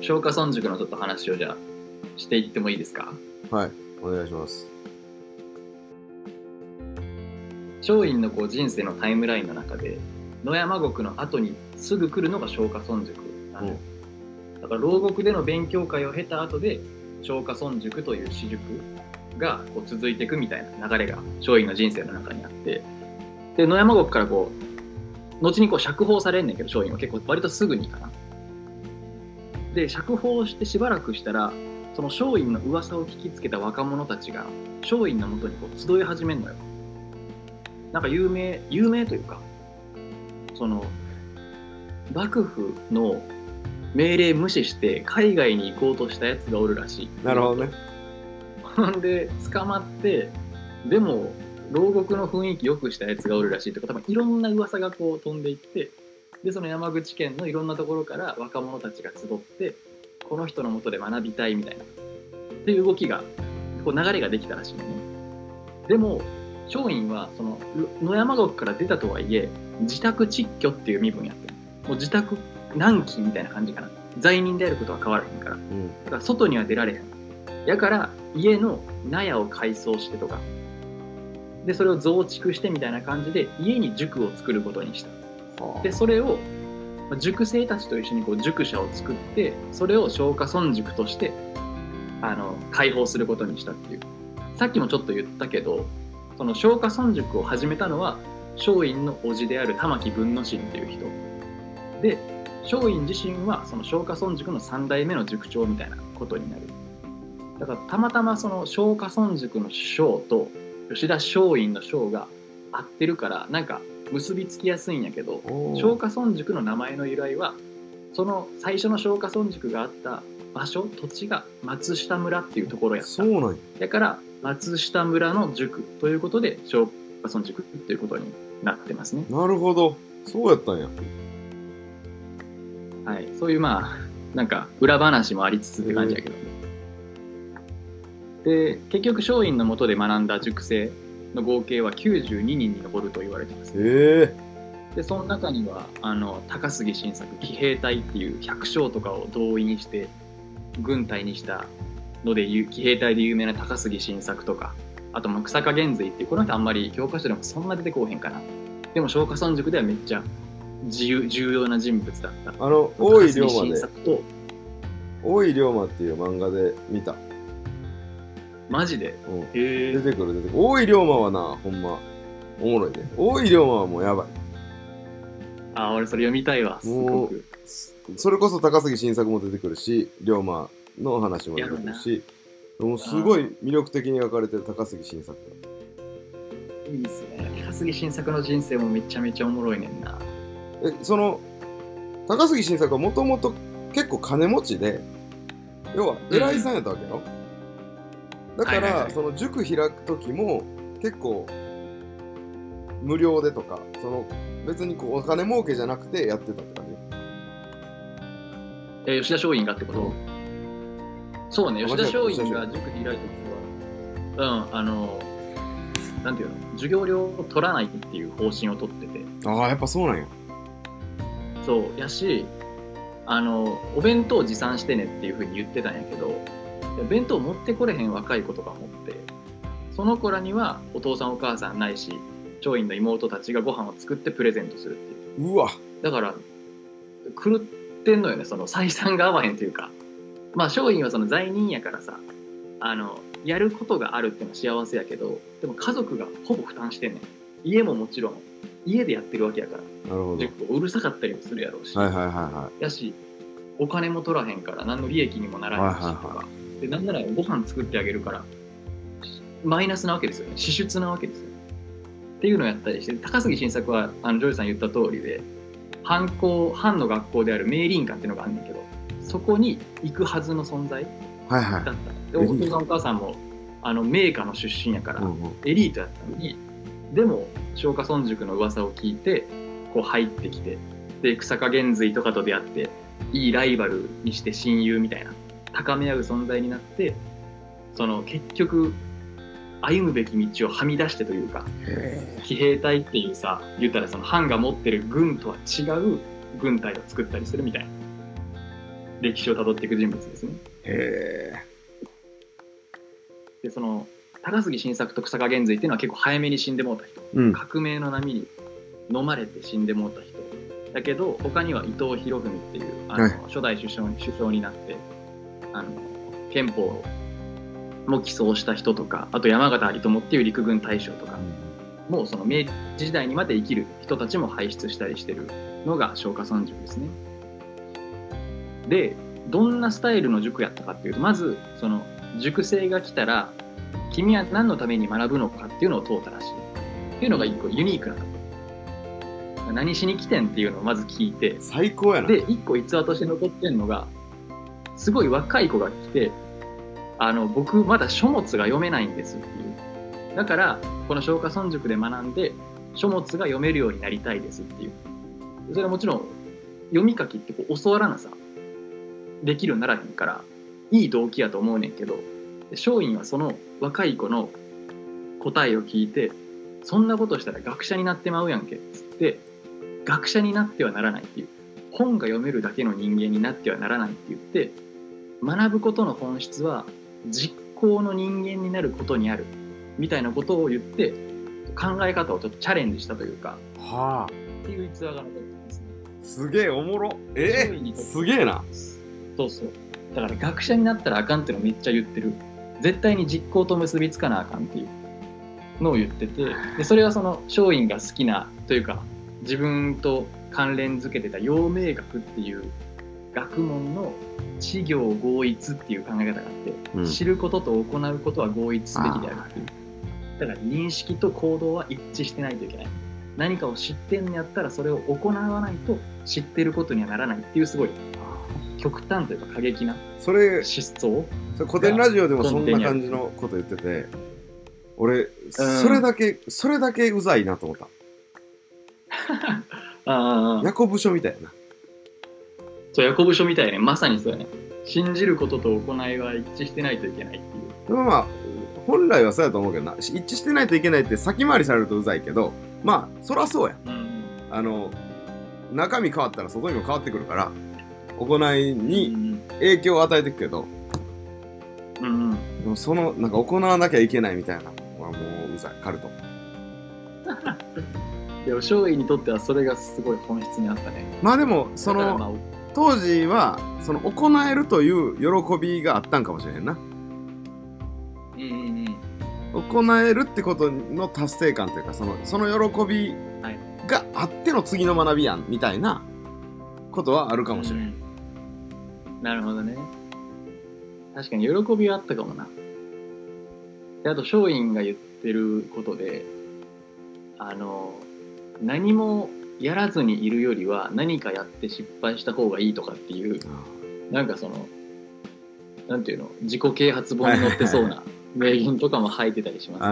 松下村塾のちょっと話をじゃあしていってもいいですか？ はい、お願いします。 松陰のこう人生のタイムラインの中で野山獄の後にすぐ来るのが松下村塾なの。だから牢獄での勉強会を経た後で松下村塾という私塾がこう続いていくみたいな流れが松陰の人生の中にあって、で野山獄からこう後にこう釈放されんねんけど、松陰は結構割とすぐにかな。で釈放してしばらくしたら、その松陰の噂を聞きつけた若者たちが松陰のもとにこう集い始めるのよ。なんか有名というか、その幕府の命令無視して海外に行こうとしたやつがおるらしい。 なるほどね。 ほんで捕まって、でも牢獄の雰囲気良くしたやつがおるらしいとか、多分いろんな噂がこう飛んでいって、でその山口県のいろんなところから若者たちが集ってこの人のもとで学びたいみたいなっていう動きがこう流れができたらしいのね。でも松陰はその野山獄から出たとはいえ自宅蟄居っていう身分やってる。もう自宅軟禁みたいな感じかな。罪人であることは変わらへんから、だから外には出られへん。やから家の納屋を改装してとかで、それを増築してみたいな感じで家に塾を作ることにした。でそれを塾生たちと一緒にこう塾舎を作って、それを松下村塾として開放することにしたっていう。さっきもちょっと言ったけど、その松下村塾を始めたのは松陰の叔父である玉木文之進っていう人で、松陰自身はその松下村塾の3代目の塾長みたいなことになる。だからたまたまその松下村塾の章と吉田松陰の章が合ってるからなんか結びつきやすいんやけど、松下村塾の名前の由来はその最初の松下村塾があった場所、土地が松下村っていうところやった。 そうなんや。 だから松下村の塾ということで松下村塾ということになってますね。 なるほど、そうやったんや。 はい、そういうまあなんか裏話もありつつって感じやけど、で結局松陰の下で学んだ塾生の合計は92人に上ると言われてます。でその中には高杉晋作騎兵隊っていう百姓とかを動員して軍隊にしたので騎兵隊で有名な高杉晋作とか、あと草加源瑞っていう、この人あんまり教科書でもそんな出てこうへんかな。でも松下村塾ではめっちゃ重要な人物だった。 大井龍馬っていう漫画で見た。 マジで？ 出てくる。大井龍馬はな、ほんまおもろいね。大井龍馬はもうやばい。 俺それ読みたいわ。すごく。 それこそ高杉晋作も出てくるし、龍馬の話も出てくるし、もうすごい魅力的に描かれてる高杉晋作。 いいですね。高杉晋作の人生もめちゃめちゃおもろいねんな。 その高杉晋作はもともと結構金持ちで、要は偉いさんやったわけよ。だから、その塾開く時も結構無料でとか、その別にこうお金儲けじゃなくてやってたって感じ。吉田松陰がってこと？そうね、吉田松陰が塾開いた時は、なんていうの、授業料を取らないっていう方針を取ってて。 やっぱそうなんや。 そうやし、お弁当持参してねっていう風に言ってたんやけど、弁当持ってこれへん若い子とか持って、その子らにはお父さんお母さんないし松陰の妹たちがご飯を作ってプレゼントするっていう。 うわ、 だから狂ってんのよね、その採算が合わへんというか。まあ松陰はその罪人やからさ、やることがあるっていうのは幸せやけど、でも家族がほぼ負担してんねん。家ももちろん家でやってるわけやから。 なるほど。 うるさかったりもするやろうし、やしお金も取らへんから何の利益にもならへんしとか、でなんならご飯作ってあげるからマイナスなわけですよね。支出なわけですよっていうのをやったりして、高杉晋作はジョイさん言った通りで、藩の学校である明倫館っていうのがあんねんけど、そこに行くはずの存在だった。でお父さんお母さんも名家の出身やからエリートやったのに、でも松下村塾の噂を聞いてこう入ってきて、で草加源瑞とかと出会っていいライバルにして親友みたいな高め合う存在になって、その結局歩むべき道をはみ出してというか、騎兵隊っていうさ、言ったらその藩が持ってる軍とは違う軍隊を作ったりするみたいな。 歴史をたどっていく人物ですね。 へでその高杉晋作と草加玄瑞っていうのは結構早めに死んでもうた人、 うん革命の波に飲まれて死んでもうた人だけど、他には伊藤博文っていうはい初代首相になって憲法も起草した人とか、あと山形有朋っていう陸軍大将とか、もうその明治時代にまで生きる人たちも輩出したりしてるのが松下村塾ですね。でどんなスタイルの塾やったかっていうと、まずその塾生が来たら君は何のために学ぶのかっていうのを問うたらしいっていうのが一個ユニークなところ。何しに来てんっていうのをまず聞いて、 最高やな。 で一個逸話として残ってんのが、すごい若い子が来て、僕まだ書物が読めないんですっていう。だからこの松下村塾で学んで書物が読めるようになりたいですっていう。それはもちろん読み書きってこう教わらなさできるようにならへんからいい動機やと思うねんけど、松陰はその若い子の答えを聞いて、そんなことしたら学者になってまうやんけっつって、学者になってはならないっていう、本が読めるだけの人間になってはならないって言って、学ぶことの本質は実行の人間になることにあるみたいなことを言って、考え方をちょっとチャレンジしたというかはあ、 っていう逸話が残ってますね。 すげえおもろ。すげえな。 そうそう。だから学者になったらあかんっていうのめっちゃ言ってる。絶対に実行と結びつかなあかんっていうのを言ってて、でそれはその松陰が好きなというか自分と関連づけてた陽明学っていう学問の知行合一っていう考え方があって、 うん、 知ることと行うことは合一すべきであるっていう。だから認識と行動は一致してないといけない。何かを知ってんのやったらそれを行わないと知ってることにはならないっていう、すごい極端というか過激なそれ思想。 古典ラジオでもそんな感じのこと言ってて、俺それだけうざいなと思った。ヤコブ書みたいな。 そう、ヤコブ書みたいね。まさにそうやね。信じることと行いは一致してないといけないっていう。 でもまあ本来はそうやと思うけどな。一致してないといけないって先回りされるとうざいけど、まあそらそうや。中身変わったら外身も変わってくるから、行いに影響を与えていくけど、でもそのなんか行わなきゃいけないみたいなのはもううざい。カルト。 でも松陰にとってはそれがすごい本質にあったね。 まあでもその当時はその行えるという喜びがあったんかもしれへんな。行えるってことの達成感というか、その喜びがあっての次の学びやんみたいなことはあるかもしれん。 なるほどね。確かに喜びはあったかもな。であと松陰が言ってることで、何もやらずにいるよりは何かやって失敗した方がいいとかっていう、なんかそのなんていうの、自己啓発本に載ってそうな名言とかも入ってたりします、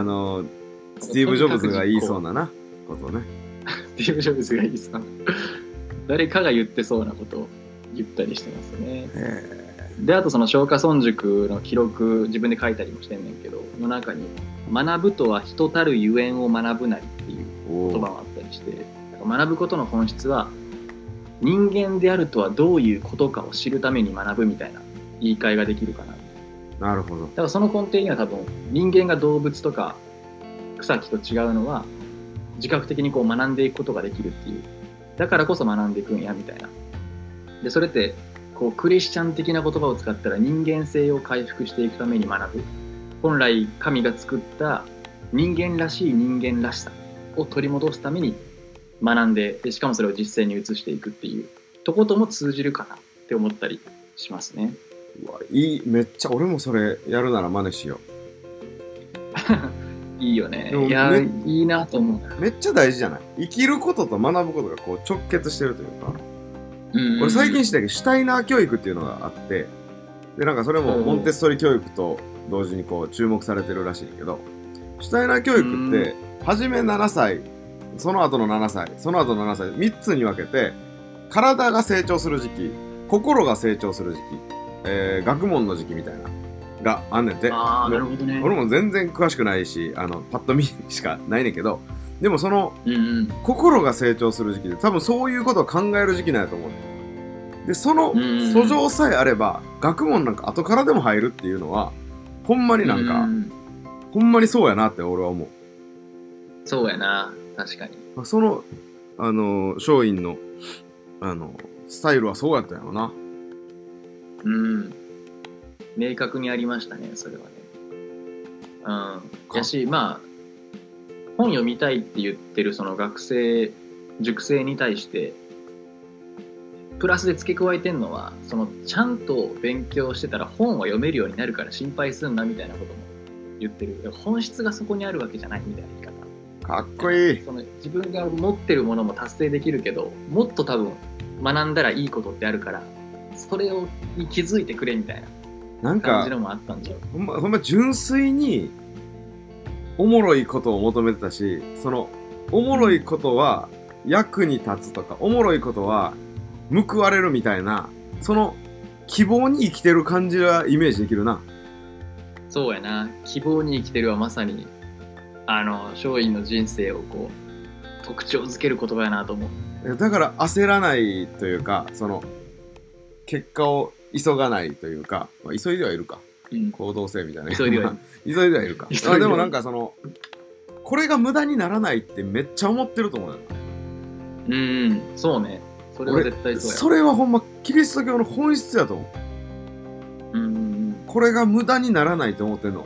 スティーブ・ジョブズが言いそうなことね。 スティーブ・ジョブズが言いそうな誰かが言ってそうなことを言ったりしてますね。であとその松下村塾の記録自分で書いたりもしてんねんけど、の中に学ぶとは人たるゆえんを学ぶなりっていう言葉もあったりして、学ぶことの本質は人間であるとはどういうことかを知るために学ぶみたいな言い換えができるかな。 なるほど。 だからその根底には多分人間が動物とか草木と違うのは自覚的にこう学んでいくことができるっていう、だからこそ学んでいくんやみたいな。でそれってこうクリスチャン的な言葉を使ったら人間性を回復していくために学ぶ、本来神が作った人間らしい人間らしさを取り戻すために学んで、しかもそれを実践に移していくっていうとことも通じるかなって思ったりしますね。 うわ、めっちゃ俺もそれやるなら真似しよういいよね。いやいいなと思う。 めっちゃ大事じゃない？生きることと学ぶことがこう直結してるというか、俺最近知ったけどシュタイナー教育っていうのがあって、でなんかそれもモンテッソリ教育と同時にこう注目されてるらしいけど、シュタイナー教育って初め7歳、その後の7歳、その後の7歳、3つに分けて、体が成長する時期、心が成長する時期、学問の時期みたいながあんねんて。 なるほどね。 俺も全然詳しくないし、パッと見しかないねんけど、でもその、心が成長する時期で、多分そういうことを考える時期なんやと思う。 でその訴状さえあれば学問なんか後からでも入るっていうのはほんまになんか、ほんまにそうやなって俺は思う。 そうやな、確かに。 その松陰のスタイルはそうやったんやろな。 明確にありましたね、それはね。やし、まあ本読みたいって言ってるその学生塾生に対してプラスで付け加えてんのは、そのちゃんと勉強してたら本は読めるようになるから心配すんなみたいなことも言ってる。本質がそこにあるわけじゃないみたいな言い方。 かっこいい。 その自分が持ってるものも達成できるけど、もっと多分学んだらいいことってあるから、それに気づいてくれみたいな感じのもあったんじゃん。 ほんま純粋におもろいことを求めてたし、そのおもろいことは役に立つとか、おもろいことは報われるみたいな、その希望に生きてる感じはイメージできるな。 そうやな、希望に生きてるはまさに松陰の人生をこう特徴づける言葉やなと思う。 だから焦らないというか、その結果を急がないというか、まあ、急いではいるか、行動性みたいな。 急いではいる急いではいるか。でもなんかそのこれが無駄にならないってめっちゃ思ってると思うよ。 そうね。それは絶対そうや。 それはほんまキリスト教の本質やと思う。これが無駄にならないと思ってんのは、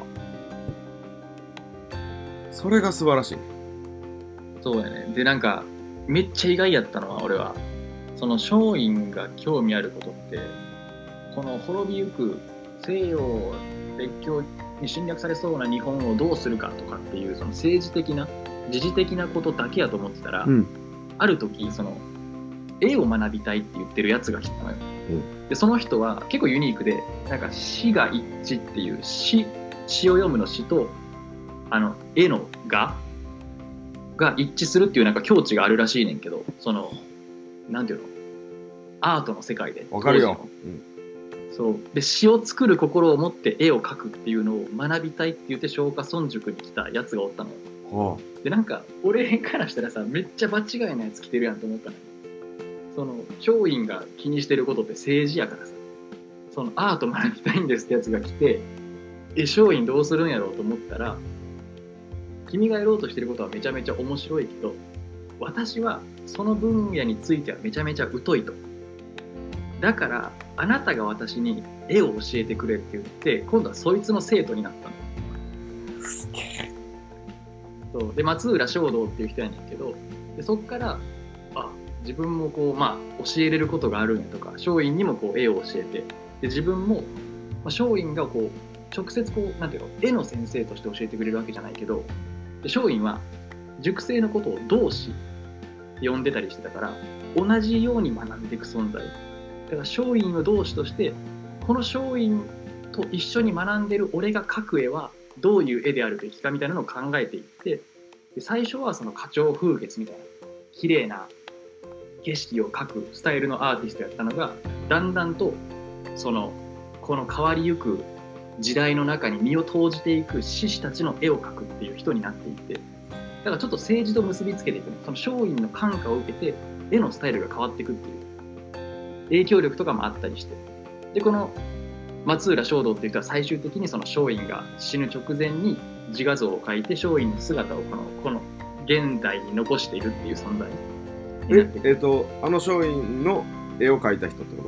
それが素晴らしい。 そうやね。でなんかめっちゃ意外やったのは、俺はその松陰が興味あることって、この滅びゆく西洋列強に侵略されそうな日本をどうするかとかっていうその政治的な時事的なことだけやと思ってたら、ある時その絵を学びたいって言ってるやつが来たのよ。でその人は結構ユニークで、なんか詩が一致っていう詩を読むの詩と絵の画が一致するっていうなんか境地があるらしいねんけど、そのなんていうの、アートの世界で。 わかるよ。 そうで、詩を作る心を持って絵を描くっていうのを学びたいって言って松下村塾に来たやつがおったのよ。でなんか俺からしたらさ、めっちゃ場違いなやつ来てるやんと思ったのよ。その松陰が気にしてることって政治やからさ、そのアート学びたいんですってやつが来て、松陰どうするんやろうと思ったら、君がやろうとしてることはめちゃめちゃ面白いけど、私はその分野についてはめちゃめちゃ疎いと。だからあなたが私に絵を教えてくれって言って、今度はそいつの生徒になったの。 すげえ。 そうで、松浦正道っていう人やねんけど、でそっから自分もこう、教えれることがあるんやとか、松陰にもこう絵を教えて、で自分も、松陰がこう直接こうなんていうの、絵の先生として教えてくれるわけじゃないけど、で松陰は塾生のことを同志って呼んでたりしてたから、同じように学んでいく存在だから、松陰を同志として、この松陰と一緒に学んでる俺が描く絵はどういう絵であるべきかみたいなのを考えていって、で最初はその花鳥風月みたいな綺麗な景色を描くスタイルのアーティストやったのが、だんだんとこの変わりゆく時代の中に身を投じていく志士たちの絵を描くっていう人になっていって、だからちょっと政治と結びつけていくね。その松陰の感化を受けて絵のスタイルが変わっていくっていう影響力とかもあったりして、でこの松浦正道っていう人は最終的にその松陰が死ぬ直前に自画像を描いて、松陰の姿をこの現代に残しているっていう存在。 松陰の絵を描いた人ってこと？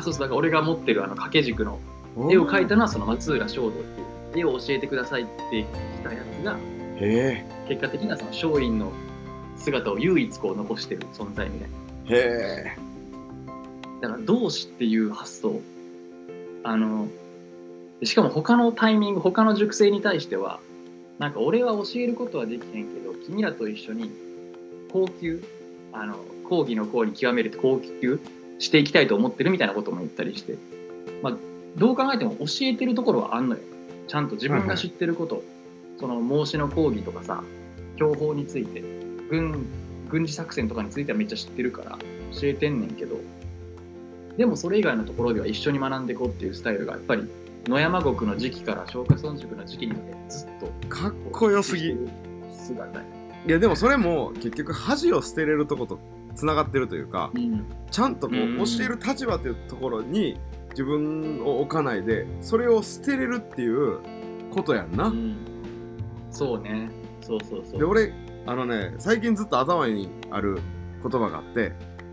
そうそう、だから俺が持ってる掛け軸の絵を描いたのはその松浦正道っていう、絵を教えてくださいって来たやつが、結果的にはその松陰の姿を唯一こう残してる存在みたいな。だから同志っていう発想、しかも他のタイミング、他の塾生に対しては、なんか俺は教えることはできへんけど、君らと一緒に高級講義の講に極めるって高級していきたいと思ってるみたいなことも言ったりして、どう考えても教えてるところはあんのよ。ちゃんと自分が知ってること、その孟子の講義とかさ、教法について、軍事作戦とかについてはめっちゃ知ってるから教えてんねんけど、でもそれ以外のところでは一緒に学んでいこうっていうスタイルがやっぱり野山国の時期から松下村塾の時期にかけてずっとかっこよすぎ。 姿。 いやでもそれも結局恥を捨てれるとことつながってるというか、ちゃんとこう教える立場というところに自分を置かないでそれを捨てれるっていうことやんな。 そうね。そうそうそう。 で俺最近ずっと頭にある言葉があって、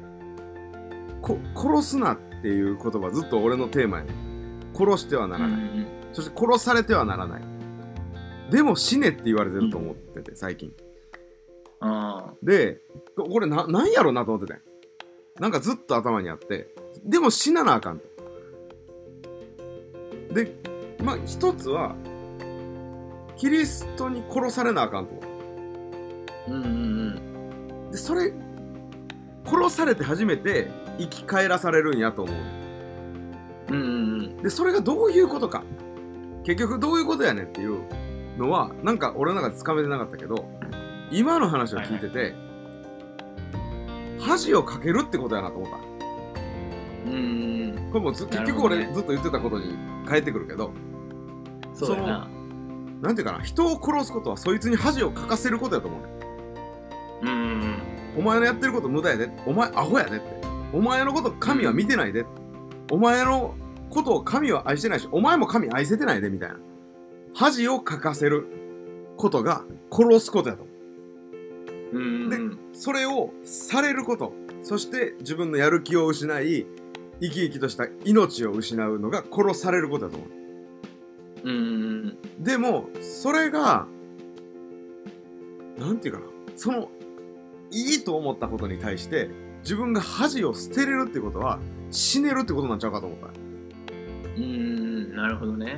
殺すなっていう言葉ずっと俺のテーマやねん。殺してはならない、そして殺されてはならない、でも死ねって言われてると思ってて最近。でこれなんやろなと思ってて、なんかずっと頭にあって、でも死ななあかんと。でまあ一つはキリストに殺されなあかんと。でそれ殺されて初めて生き返らされるんやと思う。でそれがどういうことか、結局どういうことやねんっていうのはなんか俺の中でつかめてなかったけど、今の話を聞いてて、恥をかけるってことやなと思った。これも結局俺ずっと言ってたことに変えてくるけど、 そうやな。 なんていうかな、人を殺すことはそいつに恥をかかせることやと思うね。お前のやってること無駄やで、お前アホやでって、お前のこと神は見てないで、お前のことを神は愛してないし、お前も神愛せてないでみたいな恥をかかせることが殺すことやと思う。でそれをされること、そして自分のやる気を失い生き生きとした命を失うのが殺されることだと思う。でもそれがなんていうかな、そのいいと思ったことに対して自分が恥を捨てれるってことは死ねるってことなんちゃうかと思った。 なるほどね。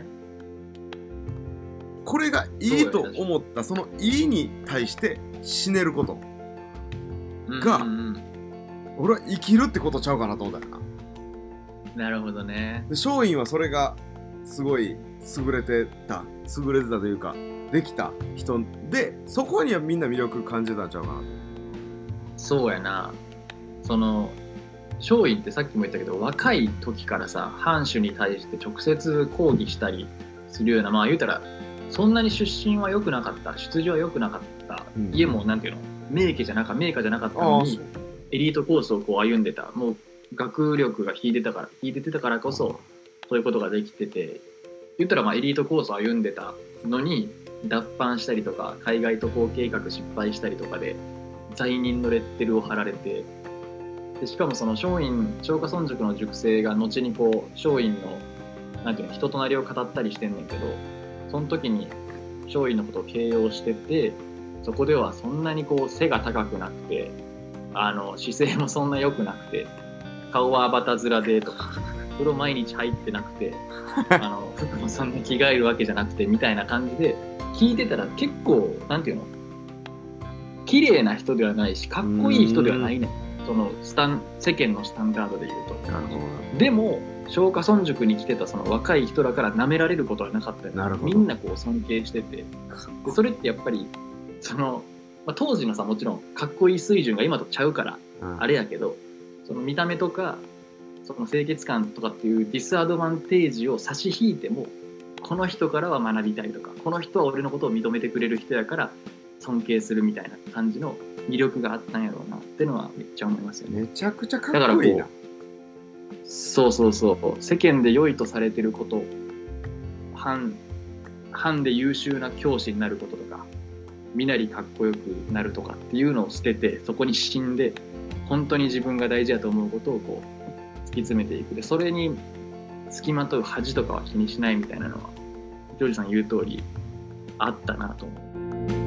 これがいいと思ったそのいいに対して死ねることが俺は生きるってことちゃうかなと思ったよな。 なるほどね。 で松陰はそれがすごい優れてたというかできた人で、そこにはみんな魅力感じたんちゃうかなと。 そうやな。その松陰ってさっきも言ったけど、若い時からさ藩主に対して直接抗議したりするような、まあ言うたらそんなに出身は良くなかった、出自は良くなかった、家もなんていうの名家じゃなかったのにエリートコースをこう歩んでた、もう学力が秀でてたからこそそういうことができてて、言ったらまあエリートコースを歩んでたのに脱藩したりとか海外渡航計画失敗したりとかで罪人のレッテルを貼られて、でしかもその松下村塾の塾生が後にこう松陰のなんていうの人となりを語ったりしてんねんけど、その時に松陰のことを形容してて、そこではそんなにこう背が高くなくて姿勢もそんな良くなくて、顔はアバタ面でとか、風呂毎日入ってなくて服もそんな着替えるわけじゃなくてみたいな感じで聞いてたら、結構なんていうの綺麗な人ではないしかっこいい人ではないね、その世間のスタンダードで言うと。 なるほど。 でも松下村塾に来てたその若い人らから舐められることはなかったよ。みんなこう尊敬してて、でそれってやっぱりその、当時のさもちろんかっこいい水準が今とちゃうから、あれやけど、その見た目とかその清潔感とかっていうディスアドバンテージを差し引いても、この人からは学びたいとか、この人は俺のことを認めてくれる人やから尊敬するみたいな感じの魅力があったんやろうなってのはめっちゃ思いますよね。 めちゃくちゃかっこいいな。 そう世間で良いとされてること、藩で優秀な教師になることとか、身なりかっこよくなるとかっていうのを捨てて、そこに死んで本当に自分が大事だと思うことをこう突き詰めていく。でそれに付きまとう恥とかは気にしないみたいなのはジョージさん言う通りあったなと思う。